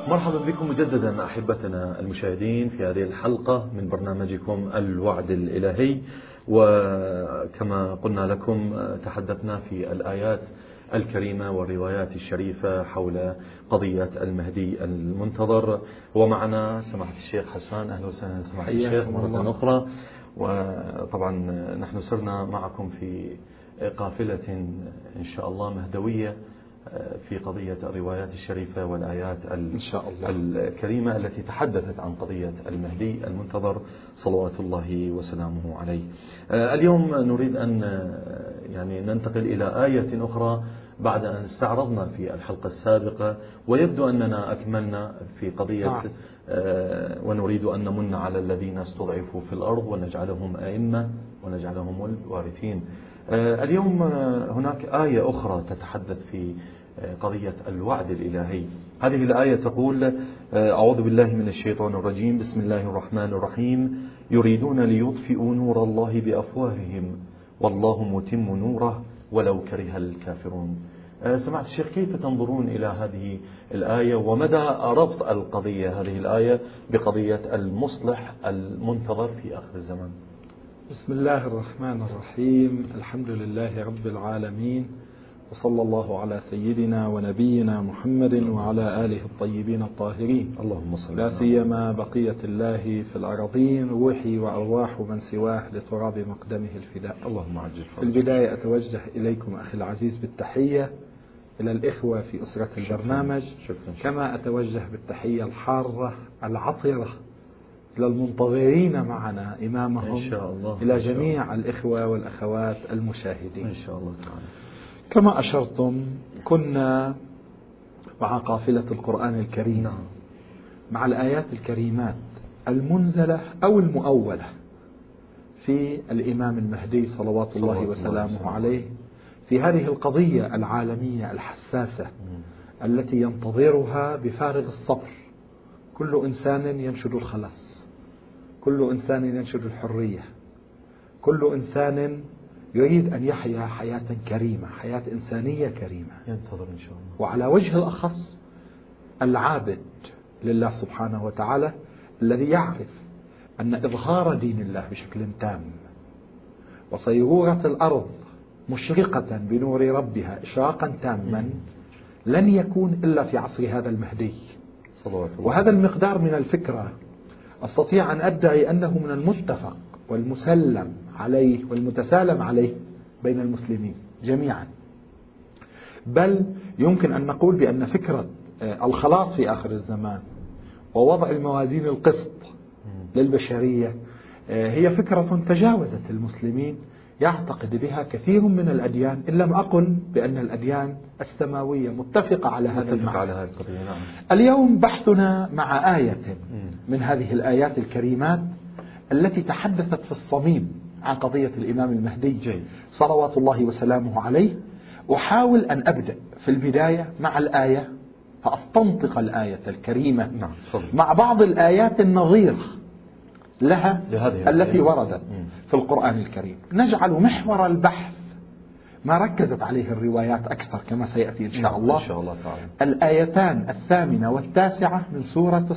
مرحبا بكم مجددا أحبتنا المشاهدين في هذه الحلقة من برنامجكم الوعد الإلهي. وكما قلنا لكم تحدثنا في الآيات الكريمة والروايات الشريفة حول قضية المهدي المنتظر، ومعنا سماحة الشيخ حسان. أهلا وسهلا سماحة الشيخ مرة أخرى. وطبعا نحن سرنا معكم في قافلة إن شاء الله مهدوية في قضية الروايات الشريفة والآيات إن شاء الله الكريمة التي تحدثت عن قضية المهدي المنتظر صلوات الله وسلامه عليه. اليوم نريد أن ننتقل إلى آية أخرى بعد أن استعرضنا في الحلقة السابقة، ويبدو أننا أكملنا في قضية ونريد أن نمن على الذين استضعفوا في الأرض ونجعلهم أئمة ونجعلهم الوارثين. اليوم هناك آية أخرى تتحدث في قضية الوعد الإلهي. هذه الآية تقول: أعوذ بالله من الشيطان الرجيم، بسم الله الرحمن الرحيم، يريدون ليطفئوا نور الله بأفواههم والله متم نوره ولو كره الكافرون. سمعت الشيخ، كيف تنظرون إلى هذه الآية ومدى ربط القضية هذه الآية بقضية المصلح المنتظر في آخر الزمان؟ بسم الله الرحمن الرحيم، الحمد لله رب العالمين، وصلى الله على سيدنا ونبينا محمد وعلى آله الطيبين الطاهرين، اللهم صل لا سيما بقية الله في الأراضين، روحي وأرواح من سواه لتراب مقدمه الفداء. اللهم عجل في البداية أتوجه إليكم أخي العزيز بالتحية، إلى الإخوة في أسرة البرنامج، شكرا. كما أتوجه بالتحية الحارة العطرة إلى المنتظرين معنا إمامهم إن شاء الله، إلى جميع الإخوة والأخوات المشاهدين إن شاء الله تعالى. كما أشرتم، كنا مع قافلة القرآن الكريم، مع الآيات الكريمات المنزلة أو المؤولة في الإمام المهدي صلوات الله وسلامه عليه، في هذه القضية العالمية الحساسة التي ينتظرها بفارغ الصبر كل إنسان ينشد الخلاص، كل إنسان ينشد الحرية، كل إنسان يريد أن يحيا حياة كريمة، حياة إنسانية كريمة، ينتظر إن شاء الله. وعلى وجه الأخص العابد لله سبحانه وتعالى الذي يعرف أن إظهار دين الله بشكل تام وصيرورة الأرض مشرقة بنور ربها إشراقا تاما لن يكون إلا في عصر هذا المهدي. وهذا المقدار من الفكرة أستطيع أن أدعي أنه من المتفق والمسلم عليه والمتسالم عليه بين المسلمين جميعا، بل يمكن أن نقول بأن فكرة الخلاص في آخر الزمان ووضع الموازين القسط للبشرية هي فكرة تجاوزت المسلمين، يعتقد بها كثير من الأديان، إن لم أقل بأن الأديان السماوية متفقة على هذا المعنى. اليوم بحثنا مع آية من هذه الآيات الكريمات التي تحدثت في الصميم عن قضية الإمام المهدي صلوات الله وسلامه عليه. أحاول أن أبدأ في البداية مع الآية فأستنطق الآية الكريمة مع بعض الآيات النظيرة لها التي وردت في القرآن الكريم. نجعل محور البحث ما ركزت عليه الروايات أكثر كما سيأتي إن شاء الله. الآيتان 8 و9 من سورة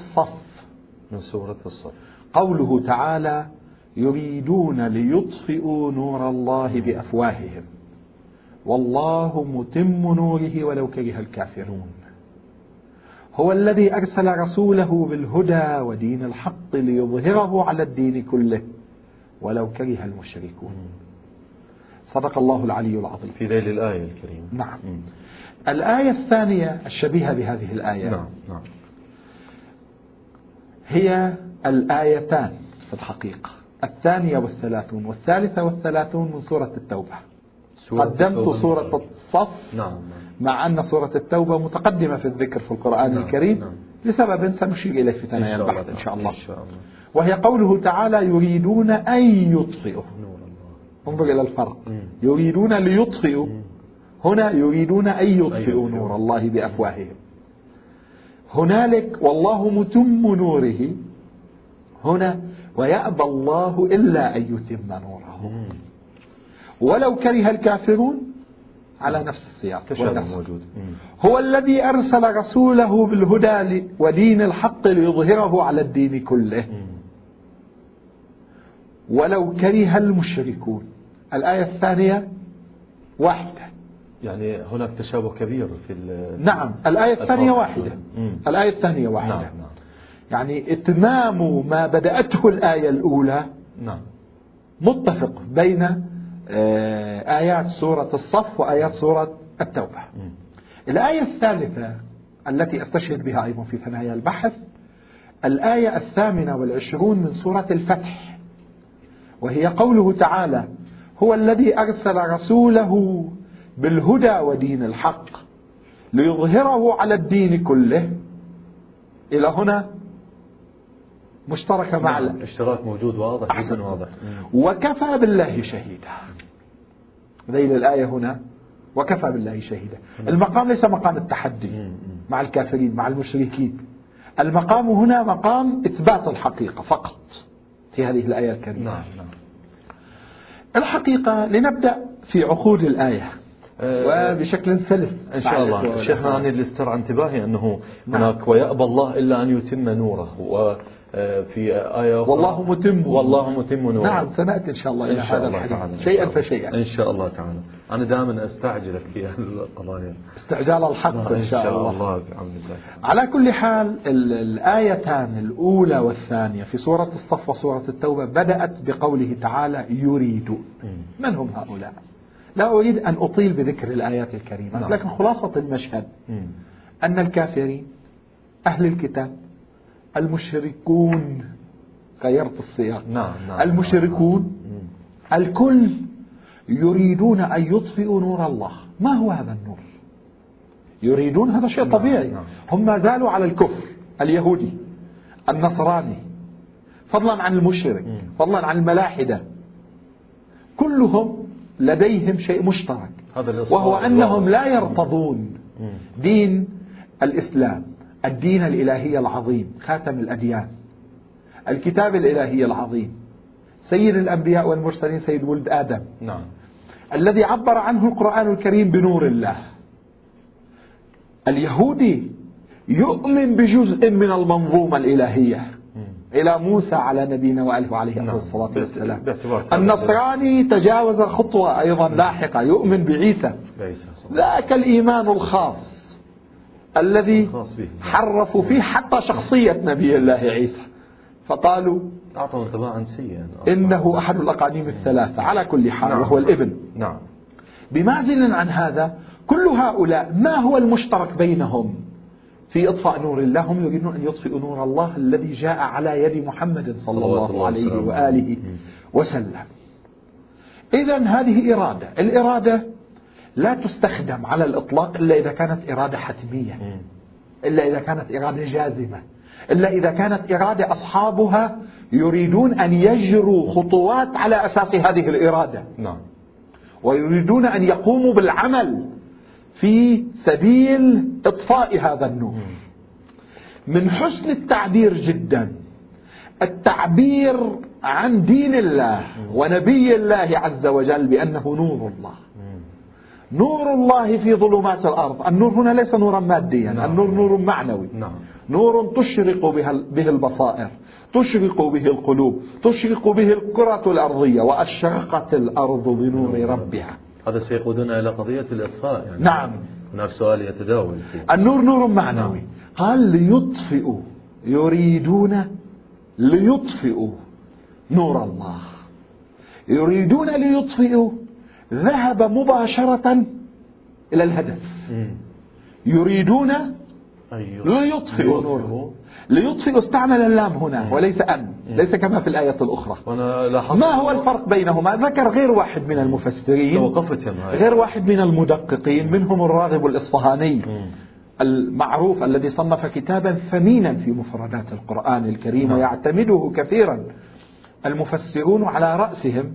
الصف. قوله تعالى: يريدون ليطفئوا نور الله بأفواههم والله متم نوره ولو كره الكافرون هو الذي أرسل رسوله بالهدى ودين الحق ليظهره على الدين كله ولو كره المشركون. صدق الله العلي العظيم. في ذيل الآية الكريمة. نعم. الآية الثانية الشبيهة بهذه الآية نعم. هي الآيتان في الحقيقة 32 و33 من سورة التوبة. قدمت سورة الصف مع أن سورة التوبة متقدمة في الذكر في القرآن الكريم لسبب سنشير إليه في ثنايا البحث إن شاء الله. وهي قوله تعالى: يريدون أن يطفئوا. انظر إلى الفرق، يريدون ليطفئوا، هنا يريدون أن يطفئوا نور الله بأفواههم. هنالك والله متم نوره، هنا ويأبى الله إلا أن يتم نوره ولو كره الكافرون. على نفس السياق تشابه موجود. هو الذي أرسل رسوله بالهدى ودين الحق ليظهره على الدين كله ولو كره المشركون. الآية الثانية واحدة، يعني هناك تشابه كبير في نعم. الآية الثانية واحدة. الآية الثانية واحدة. نعم. يعني إتمام ما بدأته الآية الأولى. نعم. متفق بين آيات سورة الصف وآيات سورة التوبة. الآية الثالثة التي أستشهد بها أيضا في ثنايا البحث الآية 28 من سورة الفتح، وهي قوله تعالى: هو الذي أرسل رسوله بالهدى ودين الحق ليظهره على الدين كله. إلى هنا مشتركة مع اشتراك موجود واضح جدا واضح. وكفى بالله شهيدا. ذيل الآية هنا وكفى بالله شهيدا. المقام ليس مقام التحدي مع الكافرين مع المشركين، المقام هنا مقام إثبات الحقيقة فقط في هذه الآية الكريمة. نعم. الحقيقة لنبدأ في عقود الآية وبشكل سلس إن شاء الله. شيخنا أنا اللي استرعى انتباهي أنه هناك ويأبى الله إلا أن يتم نوره، وفي آية والله متم نوره. نعم، سنأتي إن شاء الله إلى هذا الحديث شيئا فشيئا إن شاء الله تعالى. أنا دائما أستعجلك في القضايا، استعجال الحق إن شاء الله. بعون الله. على كل حال الآيتان الأولى والثانية في سورة الصف وسورة التوبة بدأت بقوله تعالى يريد. من هم هؤلاء؟ لا أريد أن أطيل بذكر الآيات الكريمة، لكن خلاصة المشهد أن الكافرين أهل الكتاب المشركون، غيرت السياق، المشركون الكل يريدون أن يطفئوا نور الله. ما هو هذا النور؟ يريدون، هذا شيء طبيعي. هم ما زالوا على الكفر، اليهودي النصراني، فضلا عن المشرك، فضلا عن الملاحدة، كلهم لديهم شيء مشترك، وهو أنهم لا يرتضون دين الإسلام، الدين الإلهي العظيم، خاتم الأديان، الكتاب الإلهي العظيم، سيد الأنبياء والمرسلين، سيد ولد آدم. نعم. الذي عبر عنه القرآن الكريم بنور الله. اليهودي يؤمن بجزء من المنظومة الإلهية إلى موسى على نبينا وآله وعليه الصلاة والسلام. النصراني تجاوز خطوة أيضا لاحقة، يؤمن بعيسى. ذاك الإيمان الخاص الذي حرفوا فيه حتى شخصية نبي الله عيسى، فقالوا أعطوا انطباعا سيئا إنه أحد الأقانيم الثلاثة على كل حال، وهو الابن. نعم. بمعزل عن هذا، كل هؤلاء ما هو المشترك بينهم في إطفاء نور الله؟ هم يريدون أن يطفئوا نور الله الذي جاء على يد محمد صلى الله عليه وآله وسلم. إذن هذه إرادة. الإرادة لا تستخدم على الإطلاق إلا إذا كانت إرادة حتمية، إلا إذا كانت إرادة جازمة، إلا إذا كانت إرادة أصحابها يريدون أن يجروا خطوات على أساس هذه الإرادة. نعم. ويريدون أن يقوموا بالعمل في سبيل إطفاء هذا النور. من حسن التعبير جدا التعبير عن دين الله ونبي الله عز وجل بأنه نور الله. نور الله في ظلمات الأرض. النور هنا ليس نورا ماديا. النور نور معنوي. نور تشرق به البصائر، تشرق به القلوب، تشرق به الكرة الأرضية. وأشرقت الأرض بنور ربها. هذا سيقودنا إلى قضية الإطفاء يعني. نعم. هناك سؤال يتداول فيه. النور نور معنوي. قال ليطفئوا، يريدون ليطفئوا نور الله. يريدون ليطفئوا، ذهب مباشرة إلى الهدف. يريدون ليطفئوا نوره. ليطفئوا استعمل اللام هنا وليس أن، ليس كما في الآية الأخرى. ما هو الفرق بينهما؟ ذكر غير واحد من المفسرين، غير واحد من المدققين، منهم الراغب الإصفهاني المعروف الذي صنف كتابا ثمينا في مفردات القرآن الكريم ويعتمده كثيرا المفسرون، على رأسهم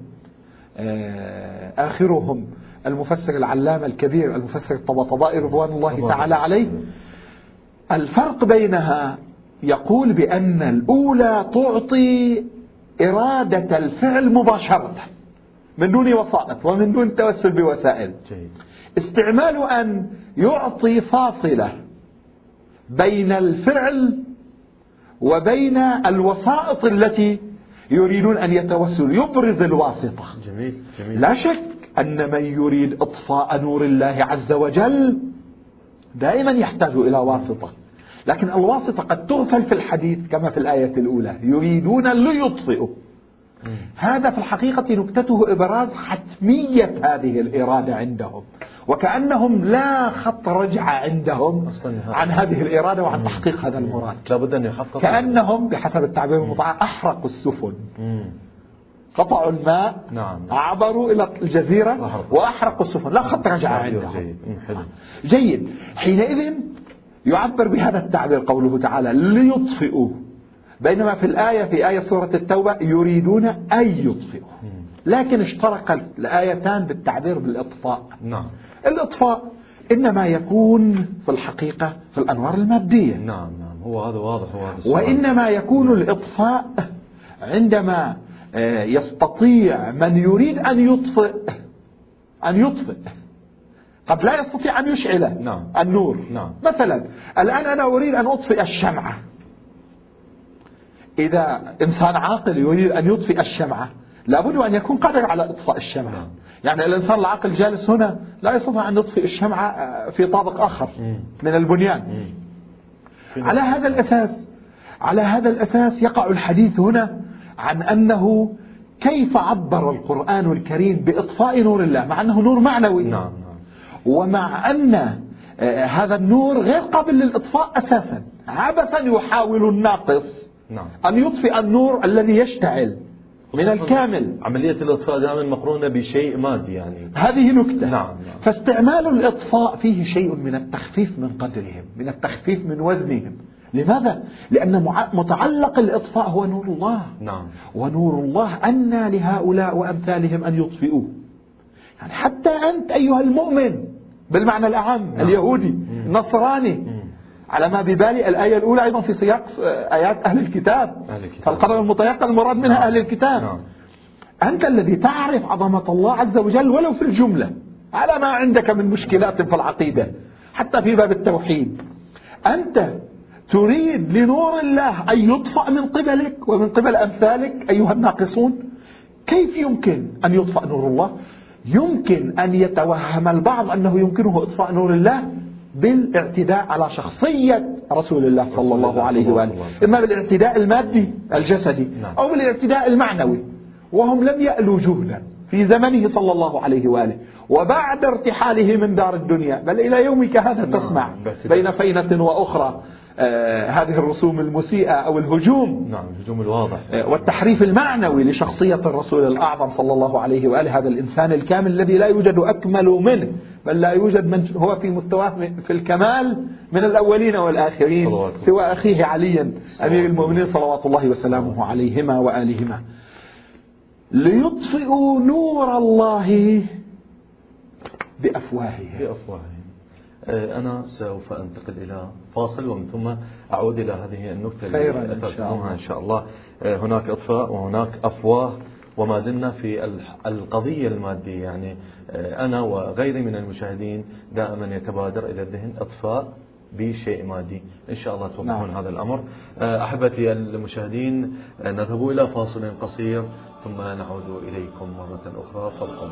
آخرهم المفسر العلامة الكبير المفسر الطباطبائي رضوان الله تعالى عليه. الفرق بينها يقول بأن الأولى تعطي إرادة الفعل مباشرة، من دون وسائط ومن دون التوسل بوسائل. جيد. استعمال أن يعطي فاصلة بين الفعل وبين الوسائط التي يريدون أن يتوسلوا، يبرز الواسطة. جميل. جميل. لا شك أن من يريد إطفاء نور الله عز وجل دائما يحتاج إلى واسطة، لكن الواسطة قد تغفل في الحديث كما في الآية الأولى، يريدون ليطفئوا. هذا في الحقيقة نكتته إبراز حتمية هذه الإرادة عندهم، وكأنهم لا خط رجع عندهم عن هذه الإرادة وعن تحقيق هذا المراد. لابد أن يحقق، كأنهم بحسب التعبير المطاع أحرقوا السفن، قطعوا الماء. نعم. عبروا إلى الجزيرة وأحرقوا السفن، لا خط رجع عندهم. جيد. حينئذ يعبر بهذا التعبير قوله تعالى ليطفئوا، بينما في الآية في آية سورة التوبة يريدون أن يطفئوا، لكن اشترك الآيتان بالتعبير بالإطفاء. نعم. الإطفاء إنما يكون في الحقيقة في الأنوار المادية. نعم. هو هذا واضح. وإنما يكون الإطفاء عندما يستطيع من يريد أن يطفئ قد لا يستطيع أن يشعل. نعم. النور. نعم. مثلا الآن أنا أريد أن أطفئ الشمعة، إذا إنسان عاقل يريد أن يطفئ الشمعة لابد أن يكون قادر على إطفاء الشمعة. يعني الإنسان العاقل جالس هنا لا يستطيع أن يطفئ الشمعة في طابق آخر من البنيان. على هذا الأساس يقع الحديث هنا عن أنه كيف عبر القرآن الكريم بإطفاء نور الله مع أنه نور معنوي. نعم. ومع أن هذا النور غير قابل للإطفاء أساسا، عبثا يحاول الناقص أن يطفئ النور الذي يشتعل من الكامل. عملية الإطفاء دائما مقرونة بشيء مادي، يعني هذه نكتة. نعم. فاستعمال الإطفاء فيه شيء من التخفيف من قدرهم، من التخفيف من وزنهم. لماذا؟ لأن متعلق الإطفاء هو نور الله. نعم. ونور الله أنى لهؤلاء وأمثالهم أن يطفئوه. يعني حتى أنت أيها المؤمن بالمعنى الأعم، اليهودي النصراني، على ما ببالي الآية الأولى أيضا في سياق آيات أهل الكتاب، فالقرن المتيقن المراد منها أهل الكتاب. أنت الذي تعرف عظمة الله عز وجل ولو في الجملة، على ما عندك من مشكلات في العقيدة حتى في باب التوحيد، أنت تريد لنور الله أن يطفأ من قبلك ومن قبل أمثالك أيها الناقصون. كيف يمكن أن يطفأ نور الله؟ يمكن أن يتوهم البعض أنه يمكنه إطفاء نور الله بالاعتداء على شخصية رسول الله صلى الله عليه وآله، إما بالاعتداء المادي الجسدي أو بالاعتداء المعنوي، وهم لم يألوا جهدا في زمنه صلى الله عليه وآله وبعد ارتحاله من دار الدنيا، بل إلى يومك هذا تسمع بين فينة وأخرى هذه الرسوم المسيئة أو الهجوم. نعم. الهجوم الواضح والتحريف المعنوي لشخصية الرسول الأعظم صلى الله عليه وآله، هذا الإنسان الكامل الذي لا يوجد أكمل منه، بل لا يوجد من هو في مستواه في الكمال من الأولين والآخرين سوى أخيه عليا أمير المؤمنين صلوات الله وسلامه عليهما وآلهما. ليطفئوا نور الله بأفواههم. أنا سوف أنتقل إلى فاصل ومن ثم أعود إلى هذه النكتة اللي إن شاء الله. هناك إطفاء وهناك أفواه، وما زلنا في القضية المادية. يعني أنا وغيري من المشاهدين دائما يتبادر إلى الذهن إطفاء بشيء مادي. إن شاء الله توضحون هذا الأمر. أحبتي المشاهدين، نذهب إلى فاصل قصير ثم نعود إليكم مرة أخرى. فابقوا.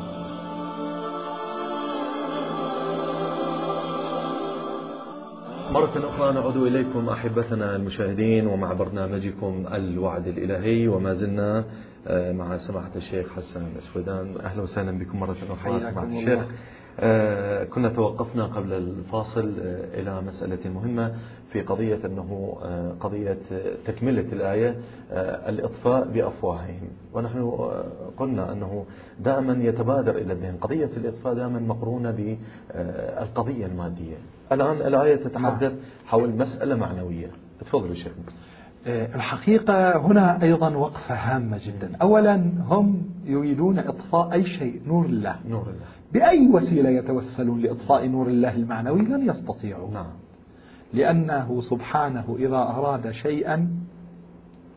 مرة أخرى نعود إليكم أحبتنا المشاهدين ومع برنامجكم الوعد الإلهي، وما زلنا مع سماحة الشيخ حسن الأسودان. أهلا وسهلا بكم مرة أخرى سماحة الشيخ. كنا توقفنا قبل الفاصل إلى مسألة مهمة في قضية أنه قضية تكملة الآية الإطفاء بأفواههم، ونحن قلنا أنه دائما يتبادر إلى الذهن قضية الإطفاء دائما مقرونة بالقضية المادية. الآن الآية تتحدث حول مسألة معنوية. تفضلوا شيخ. الحقيقة هنا أيضا وقفة هامة جدا. أولا هم يريدون إطفاء أي شيء، نور الله. بأي وسيلة يتوسلون لإطفاء نور الله المعنوي؟ لن يستطيعوا. لأنه سبحانه إذا أراد شيئا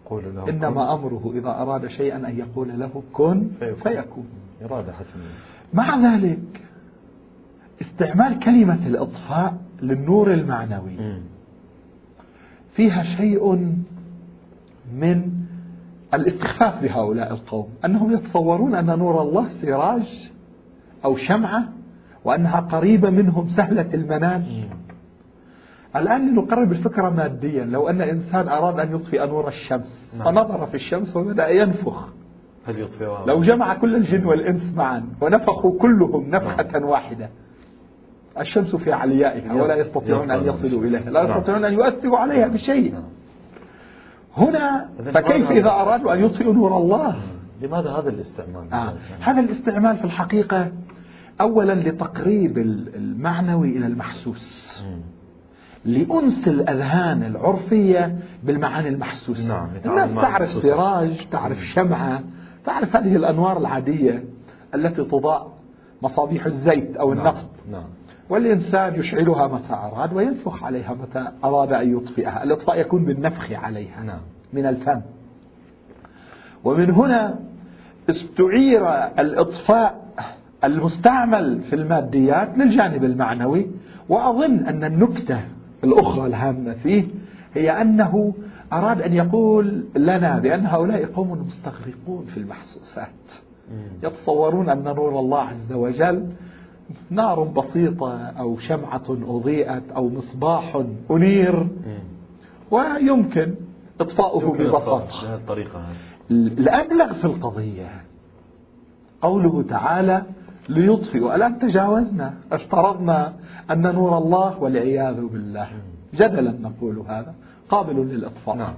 إنما أمره إذا أراد شيئا أن يقول له كن فيكون. إرادة حسنة. مع ذلك استعمال كلمة الإطفاء للنور المعنوي فيها شيء من الاستخفاف بهؤلاء القوم، أنهم يتصورون أن نور الله سراج أو شمعة وأنها قريبة منهم سهلة المنال. الآن لنقرب الفكرة ماديا، لو أن إنسان أراد أن يطفئ نور الشمس فنظر في الشمس وبدأ ينفخ، هل يطفئها؟ لو جمع كل الجن والإنس معا ونفخوا كلهم نفخة واحدة، الشمس في عليائها ولا يستطيعون أن يصلوا إليها، لا يستطيعون أن يؤثروا عليها بشيء. هنا فكيف إذا أرادوا أن يطفئوا نور الله؟ لماذا هذا الاستعمال؟ هذا الاستعمال في الحقيقة أولا لتقريب المعنوي إلى المحسوس، لأنس الأذهان العرفية بالمعاني المحسوسة. الناس تعرف سراج، تعرف شمعة، تعرف هذه الأنوار العادية التي تضاء مصابيح الزيت أو النفط، والإنسان يشعلها متى أراد وينفخ عليها متى أراد أن يطفئها. الإطفاء يكون بالنفخ عليها من الفم. ومن هنا استعير الإطفاء المستعمل في الماديات للجانب المعنوي. وأظن أن النكتة الأخرى الهامة فيه هي أنه أراد أن يقول لنا بأن هؤلاء قوم مستغرقون في المحسوسات، يتصورون أن نور الله عز وجل نار بسيطة أو شمعة أضيئت أو مصباح أنير ويمكن إطفاؤه ببساطة. الأبلغ في القضية قوله تعالى ليطفئوا. الآن تجاوزنا، افترضنا أن نور الله والعياذ بالله جدلا نقول هذا قابل للإطفاء. نعم.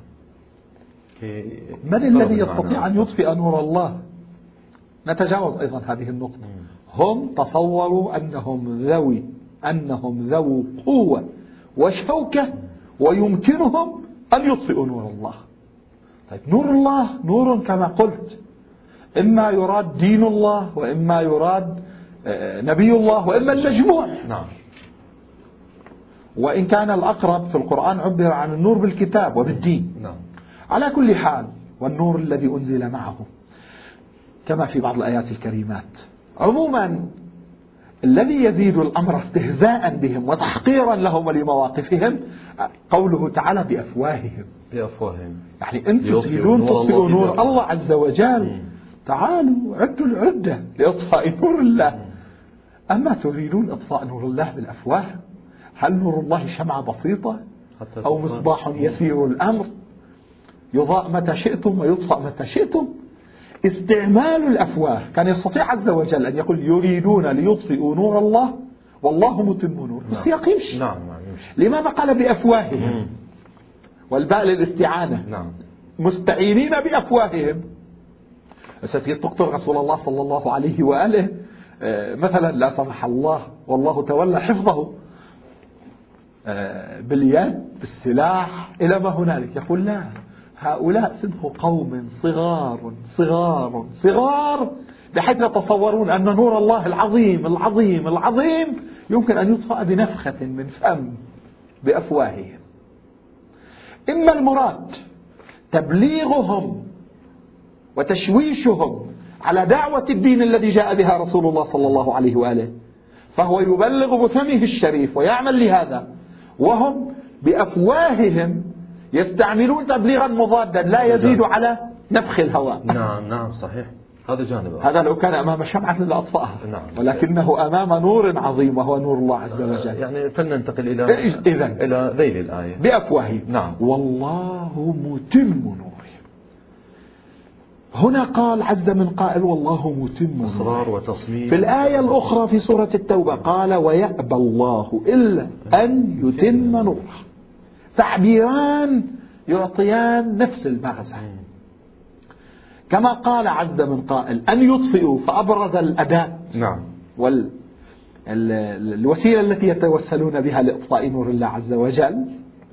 من الذي يستطيع أن يطفئ نور الله؟ نتجاوز أيضا هذه النقطة. هم تصوروا أنهم ذو قوة وشوكة ويمكنهم أن يطفئوا نور الله. طيب نور الله نور كما قلت، إما يراد دين الله وإما يراد نبي الله وإما المجموع. وإن كان الأقرب في القرآن عبر عن النور بالكتاب وبالدين. على كل حال والنور الذي أنزل معه كما في بعض الآيات الكريمات. عموما الذي يزيد الأمر استهزاء بهم وتحقيرا لهم ولمواقفهم قوله تعالى بأفواههم. يعني أنتم تريدون تطفئوا نور الله عز وجل، تعالوا عدوا العدة لإطفاء نور الله. أما تريدون إطفاء نور الله بالأفواه؟ هل نور الله شمعة بسيطة أو مصباح يسير الأمر يضاء متى شئتم ويطفأ متى شئتم؟ استعمال الأفواه كان يستطيع عز وجل أن يقول يريدون ليطفئوا نور الله والله متم نور، بس يمشي. لماذا قال بأفواههم والباء للاستعانة؟ مستعينين بأفواههم. ستجد تقتل رسول الله صلى الله عليه وآله مثلا لا سمح الله والله تولى حفظه باليد بالسلاح إلى ما هنالك، يقول لا، هؤلاء سنف قوم صغار صغار صغار بحيث يتصورون أن نور الله العظيم العظيم العظيم يمكن أن يطفأ بنفخة من فم بأفواههم. إما المراد تبليغهم وتشويشهم على دعوة الدين الذي جاء بها رسول الله صلى الله عليه وآله، فهو يبلغ بفمه الشريف ويعمل لهذا، وهم بأفواههم يستعملون تبليغا مضادا لا يزيد على نفخ الهواء. نعم صحيح، هذا جانب. هذا لو كان أمام شمعة لأطفأها، ولكنه أمام نور عظيم وهو نور الله عز وجل. يعني فلننتقل إلى ذيل الآية بأفواههم. والله متم نوره. هنا قال عز من قائل والله متم إصرار وتصميم. في الآية الأخرى في سورة التوبة قال ويأبى الله إلا أن يتم نوره. تعبيران يعطيان نفس المغزى. كما قال عز من قائل أن يطفئوا فأبرز الأداة والوسيلة التي يتوسلون بها لإطفاء نور الله عز وجل.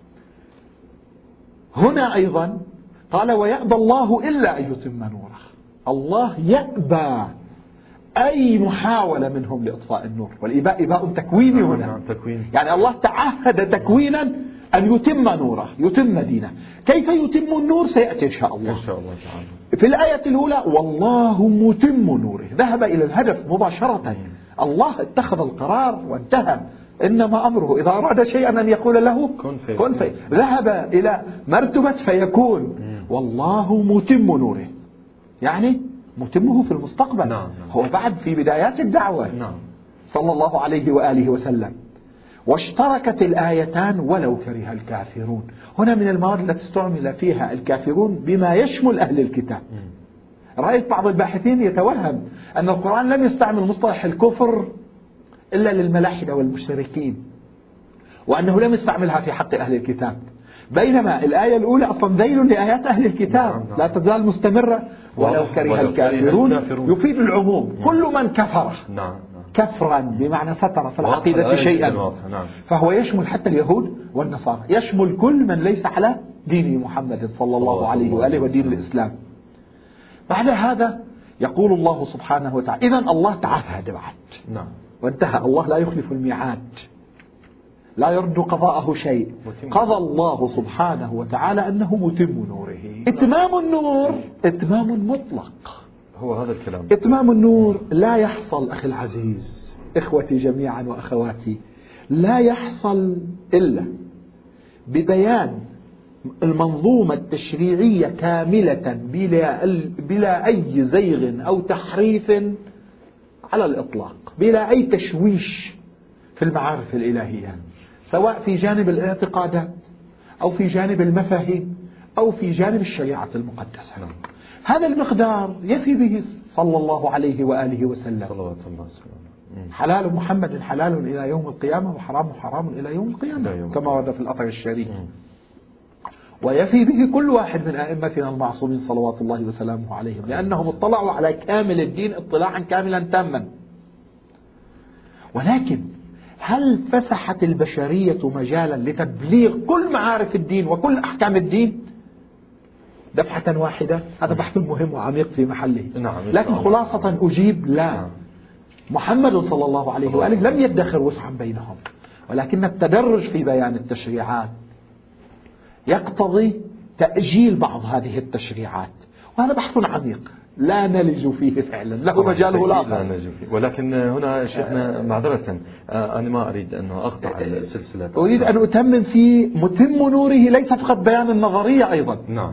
هنا أيضا قال ويأبى الله إلا أن يتم نوره. الله يأبى أي محاولة منهم لإطفاء النور، والإباء إباء تكويني هنا. يعني الله تعهد تكوينا أن يتم نوره، يتم دينه. كيف يتم النور سيأتي إن شاء الله. إن شاء الله تعالى. في الآية الأولى والله متم نوره، ذهب إلى الهدف مباشرة. الله اتخذ القرار وانتهى، إنما أمره إذا أراد شيئا أن يقول له كن فيكون. ذهب إلى مرتبة فيكون. والله متم نوره يعني متمه في المستقبل. نعم. هو بعد في بدايات الدعوة. نعم. صلى الله عليه وآله وسلم. واشتركت الآيتان ولو كره الكافرون. هنا من المواد التي استعمل فيها الكافرون بما يشمل أهل الكتاب. رأيت بعض الباحثين يتوهم أن القرآن لم يستعمل مصطلح الكفر إلا للملاحدة والمشركين، وأنه لم يستعملها في حق أهل الكتاب، بينما الآية الأولى أصلا ذيل لآيات أهل الكتاب. لا تزال مستمرة. ولو كره الكافرون يفيد العموم، كل من كفر كفرا بمعنى ستر في العقيدة شيئا، فهو يشمل حتى اليهود والنصارى، يشمل كل من ليس على دين محمد صلى الله عليه وآله ودين الإسلام. بعد هذا يقول الله سبحانه وتعالى إذن الله تعهد بعد وانتهى. الله لا يخلف الميعاد، لا يرد قضاءه شيء. قضى الله سبحانه وتعالى أنه متم نوره. إتمام النور إتمام مطلق. هو هذا الكلام. إتمام النور لا يحصل أخي العزيز، إخوتي جميعا وأخواتي، لا يحصل إلا ببيان المنظومة التشريعية كاملة بلا أي زيغ أو تحريف على الإطلاق، بلا أي تشويش في المعارف الإلهية، سواء في جانب الاعتقادات أو في جانب المفاهيم أو في جانب الشريعة المقدسة. هذا المقدار يفي به صلى الله عليه وآله وسلم. صلوات الله وسلامه. حلال محمد حلال إلى يوم القيامة، وحرام حرام إلى يوم القيامة كما ورد في الأثر الشريف. ويفي به كل واحد من أئمتنا المعصومين صلوات الله وسلامه عليهم، لأنهم اطلعوا على كامل الدين اطلاعا كاملا تاما. ولكن هل فسحت البشرية مجالا لتبليغ كل معارف الدين وكل أحكام الدين دفعة واحدة؟ هذا بحث مهم وعميق في محله. لكن خلاصة أجيب لا. محمد صلى الله عليه وآله لم يدخر وسعا بينهم، ولكن التدرج في بيان التشريعات يقتضي تأجيل بعض هذه التشريعات، وهذا بحث عميق لا نلج فيه فعلا، له مجاله الآخر. ولكن هنا شيخنا معذرة، أنا ما أريد أن أقطع السلسلة، أريد أن أتمم في متم نوره ليس فقط بيان النظرية أيضا. نعم.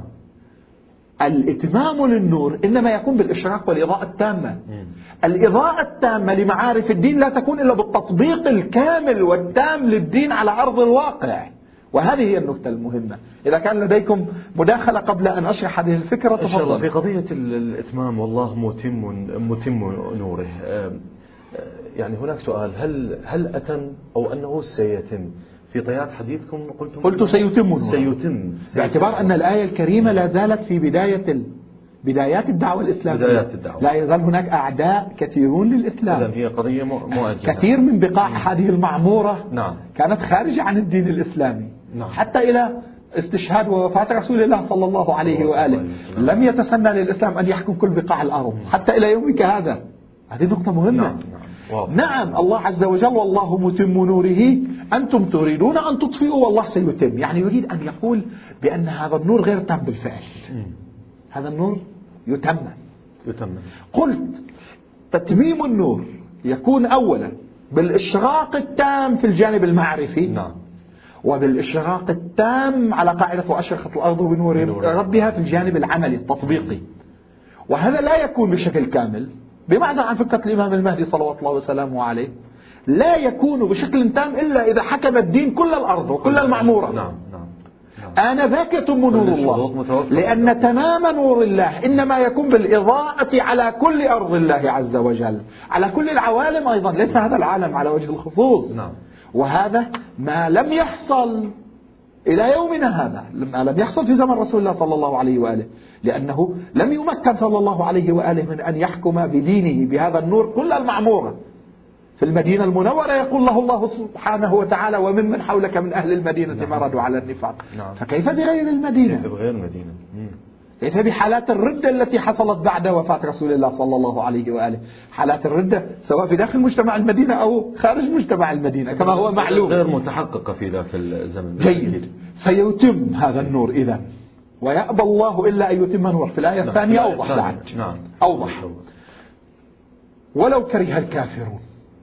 الاتمام للنور إنما يكون بالإشراق والإضاءة التامة. الإضاءة التامة لمعارف الدين لا تكون إلا بالتطبيق الكامل والتام للدين على أرض الواقع، وهذه هي النقطة المهمة. إذا كان لديكم مداخلة قبل أن أشرح هذه الفكرة تفضل. في قضية الإتمام والله متم نوره، يعني هناك سؤال، هل أتم أو أنه سيتم؟ في طيات حديثكم قلت سيتم نوره. سيتم باعتبار أن الآية الكريمة لا زالت في بدايات الدعوة الإسلامية. لا يزال هناك أعداء كثيرون للإسلام. إذن هي قضية مؤجلة. كثير من بقاع هذه المعمورة كانت خارجة عن الدين الإسلامي. حتى إلى استشهاد ووفاة رسول الله صلى الله عليه وآله لم يتسنى للإسلام أن يحكم كل بقاع الأرض حتى إلى يومك هذا. هذه نقطة مهمة. نعم الله عز وجل والله متم نوره، أنتم تريدون أن تطفئوا والله سيتم. يعني يريد أن يقول بأن هذا النور غير تام بالفعل، هذا النور يتم. قلت تتميم النور يكون أولا بالإشراق التام في الجانب المعرفي، وبالإشراق التام على قاعدة وأشرقت الأرض بنور ربها في الجانب العملي التطبيقي. وهذا لا يكون بشكل كامل، بمعنى عن فكرة الإمام المهدي صلوات الله وسلامه عليه، لا يكون بشكل تام إلا إذا حكم الدين كل الأرض وكل المعمورة. آنذاك يتم نور الله، لأن تمام نور الله إنما يكون بالإضاءة على كل أرض الله عز وجل، على كل العوالم أيضا، ليس هذا العالم على وجه الخصوص. وهذا ما لم يحصل إلى يومنا هذا، ما لم يحصل في زمن رسول الله صلى الله عليه وآله، لأنه لم يمكن صلى الله عليه وآله من أن يحكم بدينه بهذا النور كل المعمورة. في المدينة المنورة يقول له الله سبحانه وتعالى وممن حولك من أهل المدينة مردوا على النفاق. فكيف بغير المدينة؟ كيف بحالات الردة التي حصلت بعد وفاة رسول الله صلى الله عليه وآله؟ حالات الردة سواء في داخل مجتمع المدينة أو خارج مجتمع المدينة كما هو معلوم، غير متحققة في ذاك الزمن. جيد. سيتم هذا النور إذن، ويأبى الله إلا أن يتم نور. في الآية الثانية أوضح بعد. نعم. أوضح. ولو كره الكافرون،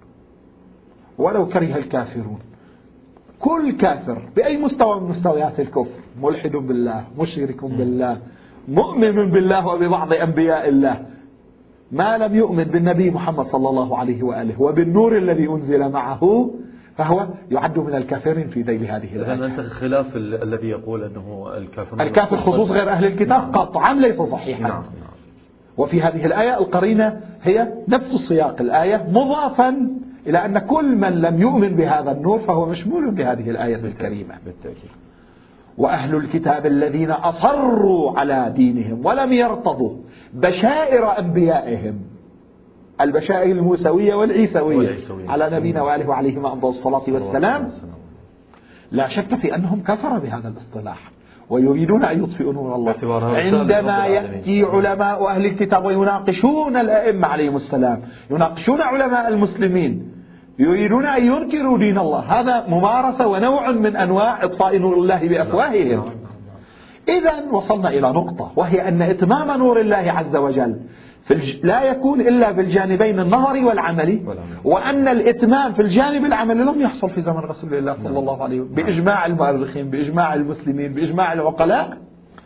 ولو كره الكافرون. كل كافر بأي مستوى من مستويات الكفر، ملحد بالله، مشرك بالله، مؤمن بالله وببعض أنبياء الله، ما لم يؤمن بالنبي محمد صلى الله عليه وآله وبالنور الذي أنزل معه فهو يعد من الكافرين في ذيل هذه الآية. إذن أنت خلاف الذي يقول أنه الكافر خصوص غير أهل الكتاب قطعا ليس صحيحا. نعم. وفي هذه الآية القرينة هي نفس السياق الآية، مضافا إلى أن كل من لم يؤمن بهذا النور فهو مشمول بهذه الآية الكريمة. بالتأكيد. وأهل الكتاب الذين أصروا على دينهم ولم يرتضوا بشائر أنبيائهم، البشائر الموسوية والعيسوية على نبينا وآله وعليهما أفضل الصلاة والسلام، لا شك في أنهم كفروا بهذا الاصطلاح ويريدون أن يطفئوا نور الله. عندما يأتي علماء أهل الكتاب ويناقشون الأئمة عليهم السلام، يناقشون علماء المسلمين، يريدون أن ينكروا دين الله، هذا ممارسة ونوع من أنواع إطفاء نور الله بأفواههم. إذن وصلنا إلى نقطة، وهي أن إتمام نور الله عز وجل لا يكون إلا بالجانبين النظري والعملي، وأن الإتمام في الجانب العملي لم يحصل في زمن رسول الله صلى الله عليه وسلم بإجماع المؤرخين، بإجماع المسلمين، بإجماع العقلاء،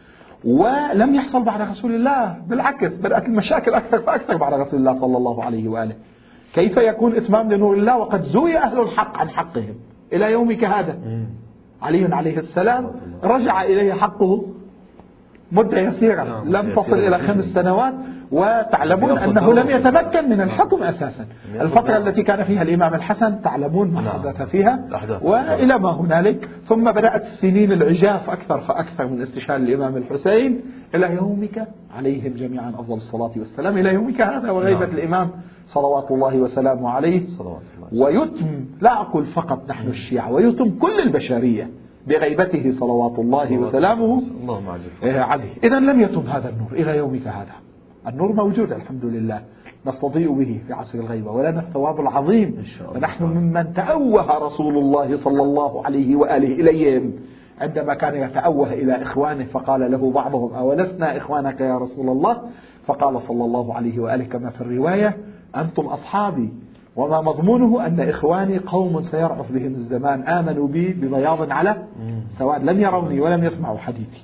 ولم يحصل بعد رسول الله. بالعكس بدأت المشاكل أكثر فأكثر بعد رسول الله صلى الله عليه وآله. كيف يكون إتمام لنور الله وقد زوي أهل الحق عن حقهم إلى يومك هذا؟ علي عليه السلام رجع إليه حقه مدة يسيرة، لم تصل إلى 5 سنوات، وتعلمون أنه لم يتمكن من الحكم أساسا. الفترة التي كان فيها الإمام الحسن تعلمون ما حدث فيها وإلى ما هنالك، ثم بدأت السنين العجاف أكثر فأكثر من استشهاد الإمام الحسين إلى يومك عليهم جميعا أفضل الصلاة والسلام، إلى يومك هذا وغيبة الإمام صلوات الله وسلامه عليه. ويتم، لا أقول فقط نحن الشيعة، ويتم كل البشرية بغيبته صلوات الله وسلامه عليه. إذن لم يتم هذا النور إلى يومك هذا. النور موجود الحمد لله، نستضيء به في عصر الغيبة ولنا الثواب العظيم، ونحن ممن تأوه رسول الله صلى الله عليه وآله إليهم عندما كان يتأوه إلى إخوانه، فقال له بعضهم أولسنا إخوانك يا رسول الله؟ فقال صلى الله عليه وآله كما في الرواية أنتم أصحابي، وما مضمونه أن إخواني قوم سيرعف بهم الزمان آمنوا بي ببياض على سواء، لم يروني ولم يسمعوا حديثي.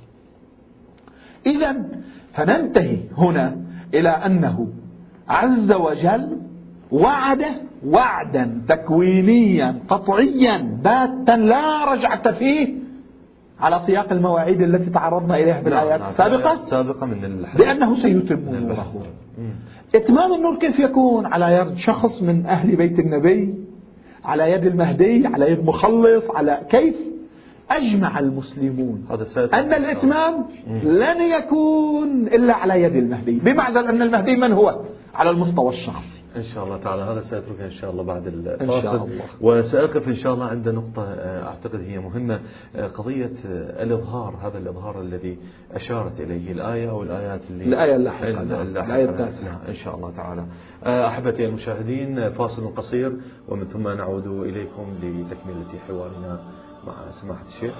إذن فننتهي هنا إلى أنه عز وجل وعد وعدا تكوينيا قطعيا باتا لا رجعة فيه على سياق المواعيد التي تعرضنا إليها بالآيات السابقة بأنه سيتم نوره. إتمام النور كيف يكون؟ على يد شخص من أهل بيت النبي، على يد المهدي، على يد مخلص، على كيف أجمع المسلمون أن الإتمام لن يكون إلا على يد المهدي، بمعزل أن المهدي من هو على المستوى الشخصي. إن شاء الله تعالى هذا سأترك إن شاء الله بعد الفاصل، وسأقف إن شاء الله عند نقطة أعتقد هي مهمة، قضية الإظهار، هذا الإظهار الذي أشارت إليه الآية أو الآيات الآية اللاحقة الآية التاسعة إن شاء الله تعالى. أحبتي المشاهدين، فاصل قصير ومن ثم نعود إليكم لتكملة حوارنا مع سماحة الشيخ.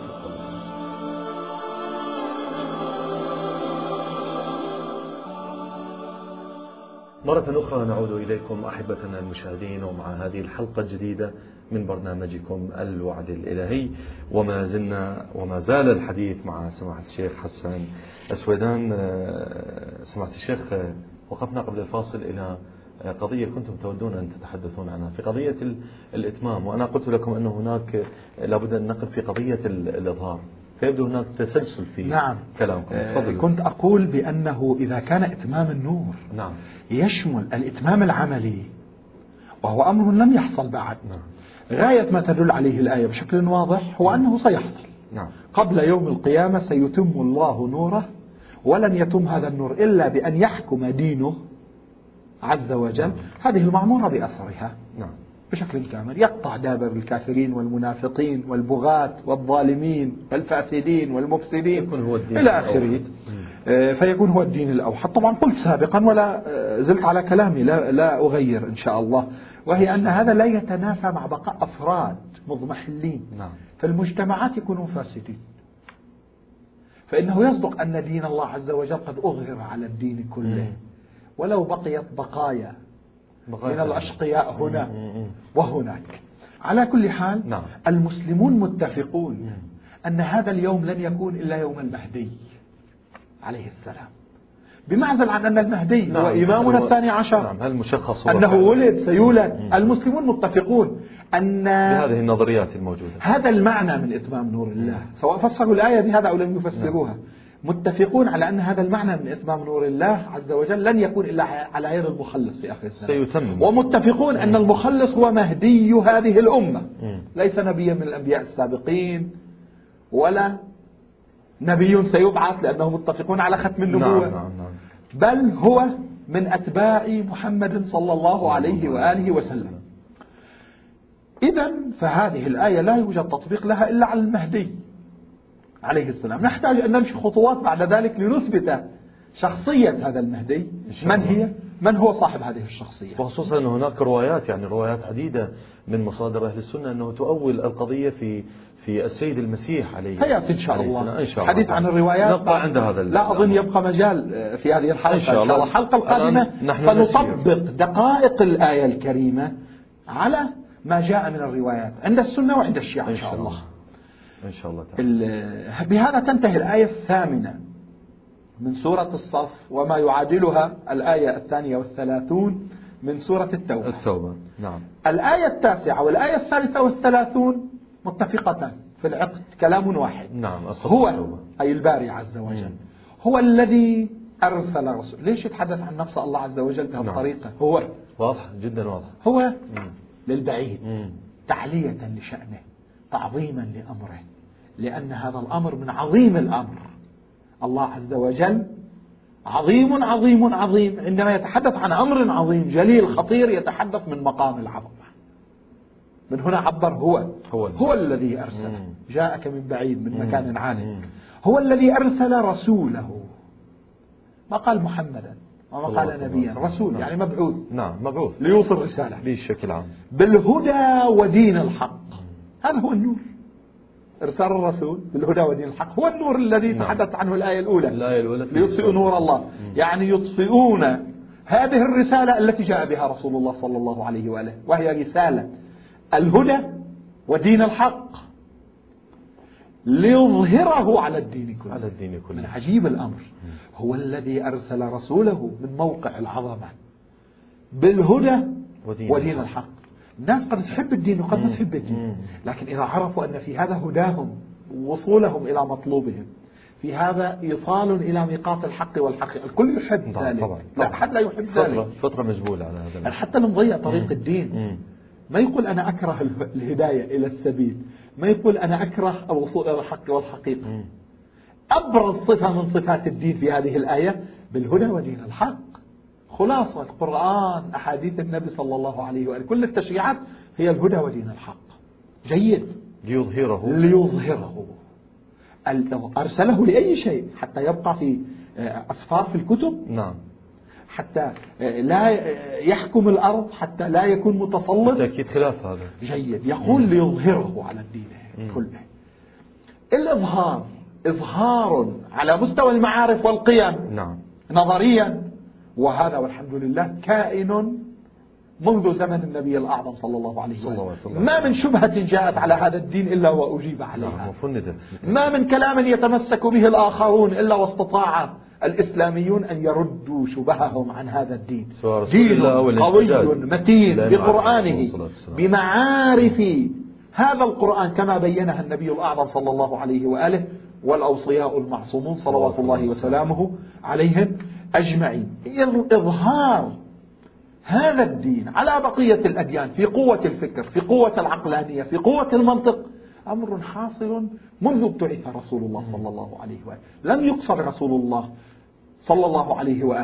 مرة أخرى نعود إليكم أحبتنا المشاهدين، ومع هذه الحلقة الجديدة من برنامجكم الوعد الإلهي، وما زال الحديث مع سماحة الشيخ حسان السويدان. سماحة الشيخ، وقفنا قبل الفاصل إلى قضية كنتم تودون أن تتحدثون عنها في قضية الإتمام، وأنا قلت لكم أنه هناك لابد أن نقف في قضية الإظهار، فيبدو هناك تسلسل في كلامكم. كنت أقول بأنه إذا كان إتمام النور يشمل الإتمام العملي، وهو أمر لم يحصل بعد، غاية ما تدل عليه الآية بشكل واضح هو أنه سيحصل قبل يوم القيامة، سيتم الله نوره، ولن يتم هذا النور إلا بأن يحكم دينه عز وجل هذه المعمورة بأثرها بشكل كامل، يقطع دابر الكافرين والمنافقين والبغاة والظالمين والفاسدين والمفسدين إلى آخره. فيكون هو الدين الأوحد. طبعا قلت سابقا ولا زلت على كلامي لا أغير إن شاء الله، وهي أن هذا لا يتنافى مع بقاء أفراد مضمحلين فالمجتمعات يكونون فاسدين. فإنه يصدق أن دين الله عز وجل قد أظهر على الدين كله، ولو بقيت بقايا من الأشقياء هنا وهناك. على كل حال المسلمون متفقون أن هذا اليوم لن يكون إلا يوم المهدي عليه السلام، بمعزل عن أن المهدي هو إمامنا الثاني عشر، أنه ولد سيولد. المسلمون متفقون أن بهذه النظريات الموجودة هذا المعنى من إتمام نور الله، سواء فسروا الآية بهذا أو لم يفسروها. متفقون على أن هذا المعنى من إتمام نور الله عز وجل لن يكون إلا على يد المخلص في آخر الزمان، سيتمم. ومتفقون أن المخلص هو مهدي هذه الأمة، ليس نبيا من الأنبياء السابقين ولا نبي سيبعث، لأنهم متفقون على ختم النبوة. بل هو من أتباع محمد صلى الله عليه وآله وسلم. إذن فهذه الآية لا يوجد تطبيق لها إلا على المهدي عليه السلام. نحتاج أن نمشي خطوات بعد ذلك لنثبت شخصية هذا المهدي، من هو صاحب هذه الشخصية، وخصوصا أن هناك روايات روايات عديدة من مصادر أهل السنة أنه تؤول القضية في السيد المسيح عليه سيأتي إن شاء الله حديث عن الروايات. نبقى عند هذا لا أظن يبقى مجال في هذه الحلقة. إن شاء الله الحلقة القادمة فنطبق دقائق الآية الكريمة على ما جاء من الروايات عند السنة وعند الشيعة إن شاء الله. إن شاء الله تعالى. بهذا تنتهي الآية الثامنة من سورة الصف، وما يعادلها الآية 32 من سورة التوبة. نعم. الآية 9 والآية 33 متفقتان في العقد، كلام واحد. نعم. هو أي الباري عز وجل هو الذي أرسل رسول. ليش يتحدث عن نفس الله عز وجل بهذه الطريقة؟ هو واضح جدا، واضح. هو للبعيد تعلية لشأنه، تعظيما لأمره، لأن هذا الأمر من عظيم الأمر. الله عز وجل عظيم عظيم عظيم، عندما يتحدث عن أمر عظيم جليل خطير يتحدث من مقام العظمة. من هنا عبر هو الذي أرسل، جاءك من بعيد من مكان عال. هو الذي أرسل رسوله، ما قال محمدا وما قال نبيا، رسول يعني مبعوث. نعم، مبعوث ليوصل رسالة بشكل عام بالهدى ودين الحق. هذا هو النور. إرسال الرسول بالهدى ودين الحق هو النور الذي تحدث عنه الآية الأولى ليطفئوا نور الله، يعني يطفئون هذه الرسالة التي جاء بها رسول الله صلى الله عليه وآله، وهي رسالة الهدى ودين الحق ليظهره على الدين كله. من عجيب الأمر هو الذي أرسل رسوله من موقع العظمة بالهدى ودين الحق. الناس قد تحب الدين وقد ما تحب الدين، لكن إذا عرفوا أن في هذا هداهم وصولهم إلى مطلوبهم، في هذا إيصال إلى ميقات الحق والحق. الكل يحب ذلك، لا أحد لا يحب ذلك. فترة مجبولة على هذا. حتى المضيع طريق الدين ما يقول أنا أكره الهداية إلى السبيل، ما يقول أنا أكره الوصول إلى الحق والحقيقة. أبرز صفة من صفات الدين في هذه الآية بالهدى ودين الحق. خلاصة القرآن، أحاديث النبي صلى الله عليه وآله، كل التشريعات هي الهدى ودين الحق. جيد. ليظهره. أرسله لأي شيء حتى يبقى في أصفار في الكتب. نعم. حتى لا يحكم الأرض، حتى لا يكون متسلط. بالتأكيد خلاف هذا. جيد. يقول ليظهره على الدين كله. الإظهار إظهار على مستوى المعارف والقيم. نعم. نظريا، وهذا والحمد لله كائن منذ زمن النبي الأعظم صلى الله عليه وسلم. ما من شبهة جاءت على هذا الدين إلا وأجيب عليها. ما من كلام يتمسك به الآخرون إلا واستطاع الإسلاميون أن يردوا شبههم عن هذا الدين. دين قوي متين بقرآنه، بمعارف هذا القرآن كما بينها النبي الأعظم صلى الله عليه وآله والأوصياء المعصومون صلوات الله وسلامه عليهم أجمعين. إظهار هذا الدين على بقية الأديان في قوة الفكر، في قوة العقلانية، في قوة المنطق، أمر حاصل منذ ابتعث رسول الله صلى الله عليه وآله. لم يقصر رسول الله صلى الله عليه وآله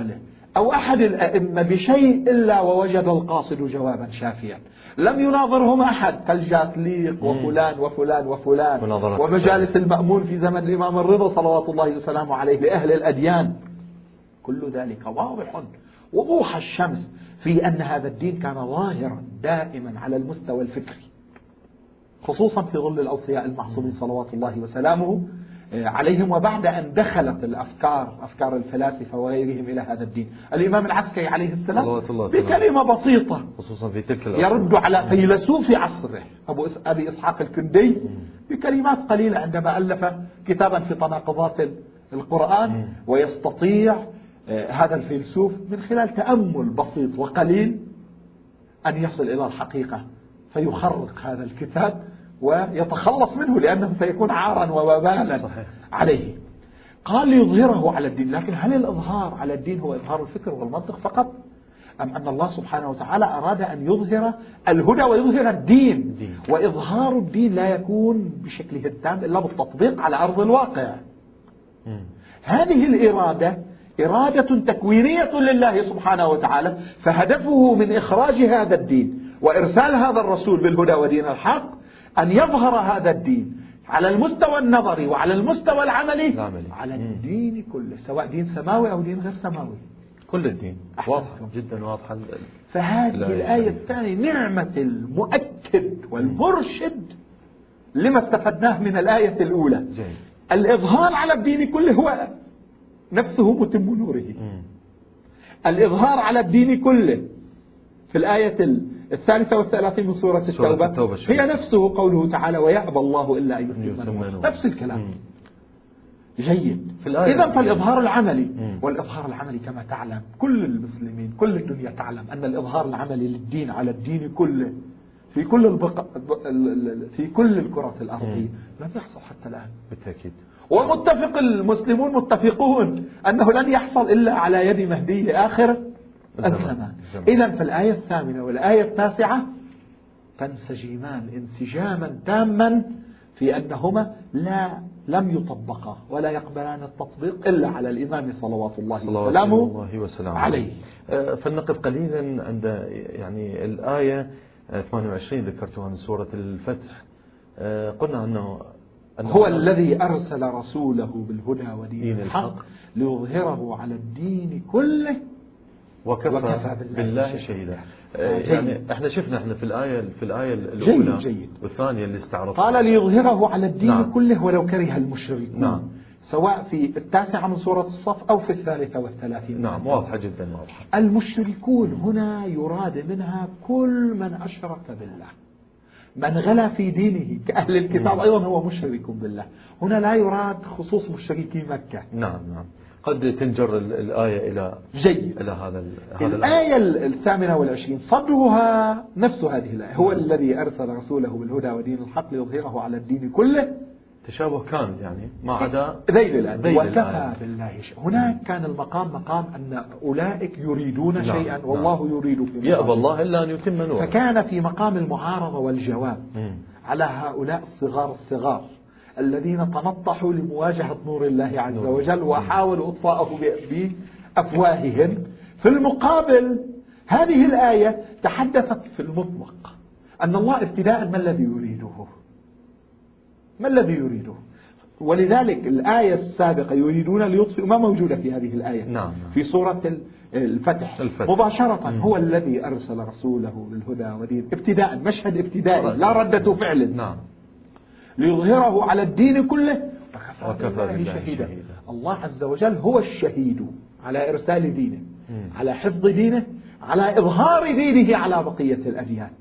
أو أحد الأئمة بشيء إلا ووجد القاصد جوابا شافيا. لم يناظرهم أحد كالجاثليق وفلان وفلان وفلان ومجالس المأمون في زمن الإمام الرضا صلوات الله وسلامه عليه لأهل الأديان. كل ذلك واضح وضوح الشمس في أن هذا الدين كان ظاهرا دائما على المستوى الفكري، خصوصا في ظل الأوصياء المعصومين صلوات الله وسلامه عليهم، وبعد أن دخلت أفكار الفلاسفة وغيرهم إلى هذا الدين. الإمام العسكري عليه السلام بكلمة بسيطة خصوصا في تلك يرد على فيلسوف عصره أبي إسحاق الكندي بكلمات قليلة عندما ألف كتابا في تناقضات القرآن، ويستطيع هذا الفيلسوف من خلال تأمل بسيط وقليل أن يصل إلى الحقيقة فيخرق هذا الكتاب ويتخلص منه، لأنه سيكون عارا ووبالا عليه. قال ليظهره على الدين، لكن هل الإظهار على الدين هو إظهار الفكر والمنطق فقط، أم أن الله سبحانه وتعالى أراد أن يظهر الهدى ويظهر الدين؟ وإظهار الدين لا يكون بشكله التام إلا بالتطبيق على أرض الواقع. هذه الإرادة إرادة تكوينية لله سبحانه وتعالى، فهدفه من إخراج هذا الدين وإرسال هذا الرسول بالهدى ودين الحق أن يظهر هذا الدين على المستوى النظري وعلى المستوى العملي على الدين كله، سواء دين سماوي أو دين غير سماوي، كل الدين. واضح جدا، واضح. فهذه الآية الثانية نعمة المؤكد والمرشد لما استفدناه من الآية الأولى. الإظهار على الدين كله هو نفسه متم نوره. الإظهار على الدين كله في الآية 33 من سورة التوبة هي نفسه قوله تعالى ويأبى الله إلا أن يتم نوره، نفس الكلام. جيد. إذن فالإظهار العملي، والإظهار العملي كما تعلم كل المسلمين كل الدنيا تعلم أن الإظهار العملي للدين على الدين كله في كل الكرة الأرضية لم يحصل حتى الآن بالتأكيد. ومتفق المسلمون متفقون أنه لن يحصل إلا على يد مهدي آخر الزمان. إذن فالآية 8 والآية 9 تنسجمان انسجاما تاما في أنهما لم يطبقا ولا يقبلان التطبيق إلا على الإمام صلوات الله وسلامه عليه. فلنقف قليلا عند يعني الآية 28 ذكرتها من سورة الفتح. قلنا أنه هو الذي أرسل رسوله بالهدى ودين الحق ليظهره على الدين كله وكفى بالله شهيدا. يعني احنا شفنا في الآية الأولى جيد. والثانية اللي استعرضها قال ليظهره على الدين كله ولو كره المشركون. سواء في 9 من سورة الصف أو في 33. واضحة جدا واضحة. المشركون هنا يراد منها كل من أشرك بالله، من غلا في دينه كأهل الكتاب أيضا هو مشرك بالله. هنا لا يراد خصوص مشركي مكة. نعم. قد تنجر الآية إلى هذا الآية 28 صدرها نفس هذه الآية، هو الذي أرسل رسوله بالهدى ودين الحق ليظهره على الدين كله. تشابه كان يعني ما عدا ذيل الآية وكفى بالله. هناك كان المقام مقام أن أولئك يريدون شيئا والله يريد في يأبى الله إلا أن يتم نوره، فكان في مقام المعارضة والجواب على هؤلاء الصغار الذين تنطحوا لمواجهة نور الله عز وجل وحاولوا إطفاءه بأفواههم. في المقابل هذه الآية تحدثت في المطلق أن الله ابتداء ما الذي يريده، ولذلك الآية السابقة يريدون ليطفئوا ما موجودة في هذه الآية. في سورة الفتح مباشرة هو الذي أرسل رسوله بالهدى ودين ابتداء، مشهد ابتدائي لا ردة فعل. ليظهره على الدين كله وكفى بالله شهيدا. الله عز وجل هو الشهيد على إرسال دينه، على حفظ دينه، على إظهار دينه على بقية الأديان.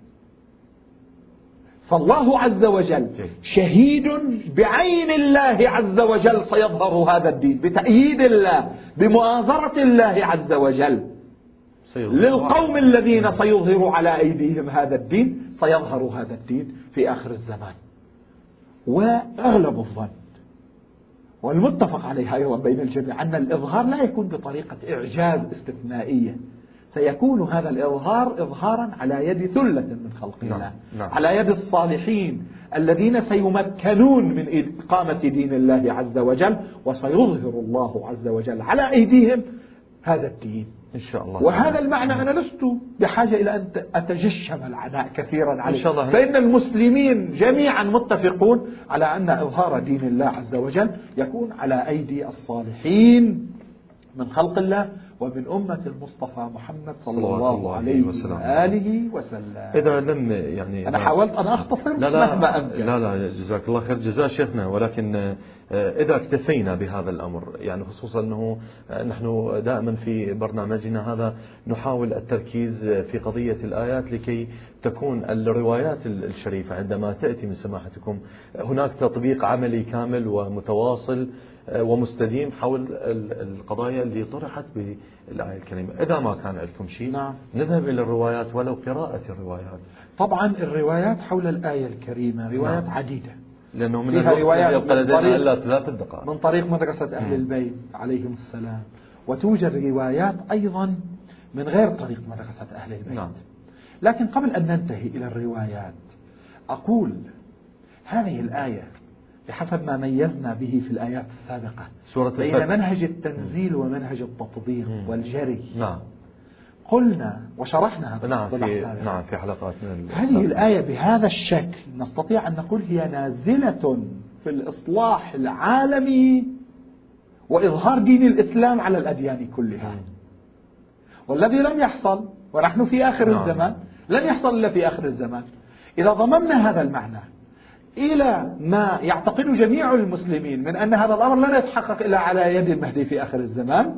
فالله عز وجل شهيد بعين الله عز وجل سيظهر هذا الدين بتأييد الله بمؤازرة الله عز وجل للقوم الذين سيظهر على أيديهم هذا الدين. سيظهر هذا الدين في آخر الزمان. وأغلب الظن والمتفق عليها أيضا بين الجميع أن الإظهار لا يكون بطريقة إعجاز استثنائية، سيكون هذا الإظهار إظهارا على يد ثلة من خلق الله، على يد الصالحين الذين سيمكنون من إقامة دين الله عز وجل، وسيظهر الله عز وجل على أيديهم هذا الدين إن شاء الله. وهذا المعنى أنا لست بحاجة إلى أن أتجشم العناء كثيرا عليه، إن شاء الله. فإن المسلمين جميعا متفقون على أن إظهار دين الله عز وجل يكون على أيدي الصالحين من خلق الله ومن أمة المصطفى محمد صلى الله عليه وآله وسلم. إذا لم يعني أنا حاولت أن أختصر مهما أمكن. لا جزاك الله خير جزاء شيخنا، ولكن إذا اكتفينا بهذا الأمر، يعني خصوصا أنه نحن دائما في برنامجنا هذا نحاول التركيز في قضية الآيات لكي تكون الروايات الشريفة عندما تأتي من سماحتكم هناك تطبيق عملي كامل ومتواصل ومستديم حول القضايا اللي طرحت بالآية الكريمة. إذا ما كان عندكم شيء نعم. نذهب إلى الروايات ولو قراءة الروايات. طبعا الروايات حول الآية الكريمة روايات نعم. عديدة، لأنه من فيها روايات يبقى لدينا إلا 3 دقائق من طريق مدرسة أهل البيت عليهم السلام، وتوجد روايات أيضا من غير طريق مدرسة أهل البيت. نعم. لكن قبل أن ننتهي إلى الروايات أقول هذه الآية بحسب ما ميزنا به في الآيات السابقة سورة بين الفتح. منهج التنزيل ومنهج التطبيق والجري. نعم. قلنا وشرحنا هذا. نعم في حلقات من هذه الآية بهذا الشكل نستطيع أن نقول هي نازلة في الإصلاح العالمي وإظهار دين الإسلام على الأديان كلها. والذي لم يحصل ونحن في آخر الزمان لن يحصل إلا في آخر الزمان. إذا ضممنا هذا المعنى إلى ما يعتقد جميع المسلمين من أن هذا الأمر لن يتحقق إلا على يد المهدي في آخر الزمان،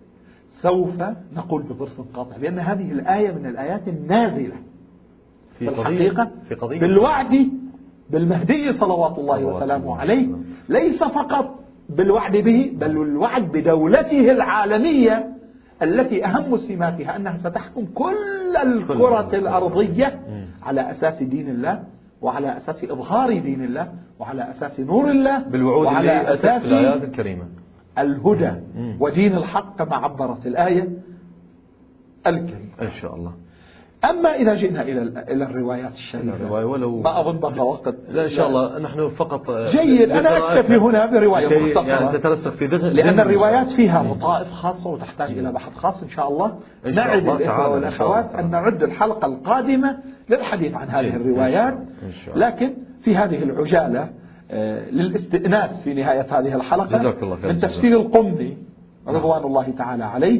سوف نقول بضرس قاطع بأن هذه الآية من الآيات النازلة في الحقيقة بالوعد بالمهدي صلوات الله وسلامه عليه، ليس فقط بالوعد به بل الوعد بدولته العالمية التي أهم سماتها أنها ستحكم كل الكرة الأرضية على أساس دين الله وعلى أساس إظهار دين الله وعلى أساس نور الله بالوعود وعلى أساس الآيات الكريمة الهدى ودين الحق كما عبرت الآية الكريمة إن شاء الله. أما إذا جئنا إلى الروايات الشريفة ولو ما أظن بقى وقت. لا إن شاء الله نحن فقط جيد. أنا أكتفي هنا برواية مختصرة يعني تترسخ في ذهن، لأن الروايات فيها لطائف خاصة وتحتاج إلى بحث خاص. إن شاء الله نعد الإخوة والأخوات أن نعد الحلقة القادمة للحديث عن هذه الروايات، لكن في هذه العجالة للاستئناس في نهاية هذه الحلقة من تفسير القمي رضوان الله تعالى عليه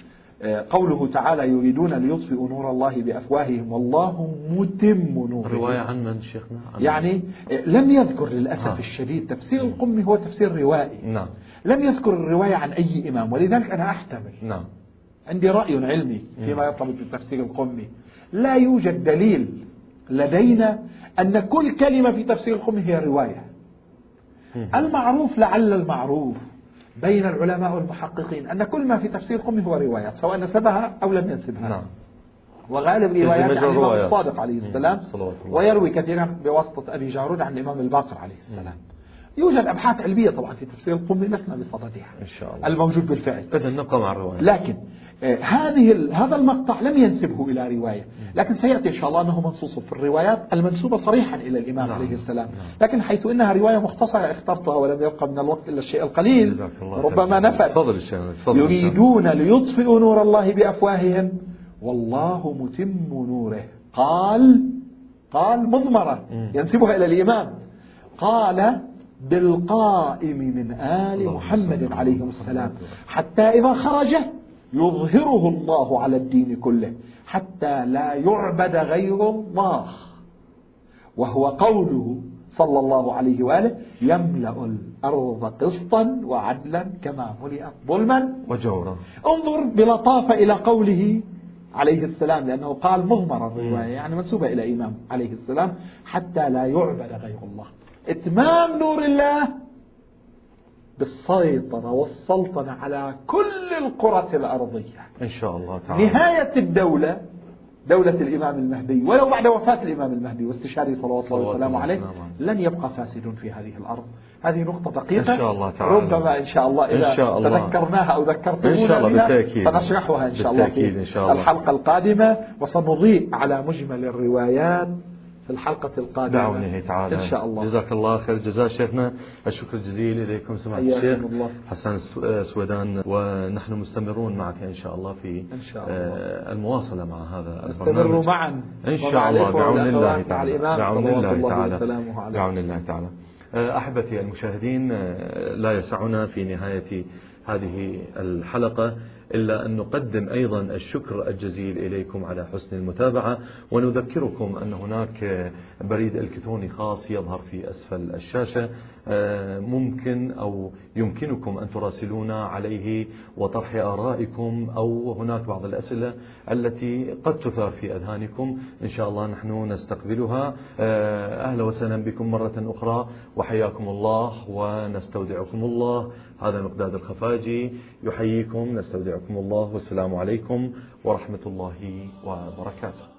قوله تعالى يريدون ليطفئوا نور الله بأفواههم والله متم نوره. رواية عن من شيخنا؟ يعني لم يذكر للأسف الشديد تفسير القمي هو تفسير روائي. نعم. لم يذكر الرواية عن أي إمام، ولذلك أنا أحتمل. نعم. عندي رأي علمي فيما يرتبط بتفسير القمي. لا يوجد دليل لدينا أن كل كلمة في تفسير القمي هي رواية. المعروف لعل المعروف بين العلماء والمحققين أن كل ما في تفسير القمي هو روايات سواء نسبها أو لم ينسبها. نعم. وغالب روايات عن الإمام الصادق عليه السلام، ويروي كثيرا بواسطة أبي جارود عن الإمام الباقر عليه السلام. يوجد أبحاث علمية طبعا في تفسير القمي لسنا بصددها إن شاء الله الموجود بالفعل. إذا نبقى مع الرواية. لكن هذا المقطع لم ينسبه إلى رواية، لكن سيأتي إن شاء الله أنه منصوص في الروايات المنسوبة صريحا إلى الإمام عليه السلام. لكن حيث إنها رواية مختصرة اخترتها ولم يبقى من الوقت إلا الشيء القليل ربما نفد. يريدون ليطفئوا نور الله بأفواههم والله متم نوره. قال مضمرة ينسبها إلى الإمام، قال بالقائم من آل محمد عليه السلام حتى إذا خرج يظهره الله على الدين كله حتى لا يعبد غير الله، وهو قوله صلى الله عليه وآله يملأ الأرض قسطا وعدلا كما ملئت ظلما وجورا. انظر بلطافة إلى قوله عليه السلام لأنه قال مضمر الرواية يعني منسوبة إلى إمام عليه السلام حتى لا يعبد غير الله. إتمام نور الله بالسيطرة والسلطنة على كل الكرة الأرضية إن شاء الله تعالى. نهاية الدولة دولة الإمام المهدي ولو بعد وفاة الإمام المهدي واستشهاده صلوات الله وسلامه عليه لن يبقى فاسد في هذه الأرض. هذه نقطة دقيقة إن شاء الله تعالى. ربما إن شاء الله إذا تذكرناها أو ذكرتمونا بها فنشرحها إن شاء الله في الحلقة القادمة، وسنضيء على مجمل الروايات في الحلقة القادمة بعونه تعالى إن شاء الله. جزاك الله خير جزاء شيخنا. الشكر الجزيل إليكم سماحة الشيخ حسان السويدان، ونحن مستمرون معك إن شاء الله في المواصلة مع هذا البرنامج. نستمر معا إن شاء الله بعون الله تعالى. بعون الله تعالى. أحبتي المشاهدين، لا يسعنا في نهاية هذه الحلقة إلا أن نقدم أيضا الشكر الجزيل إليكم على حسن المتابعة، ونذكركم أن هناك بريد إلكتروني خاص يظهر في أسفل الشاشة، ممكن أو يمكنكم أن تراسلونا عليه وطرح آرائكم، أو هناك بعض الأسئلة التي قد تثار في أذهانكم إن شاء الله نحن نستقبلها. أهلا وسهلا بكم مرة أخرى، وحياكم الله ونستودعكم الله. هذا مقداد الخفاجي يحييكم، نستودعكم الله، والسلام عليكم ورحمة الله وبركاته.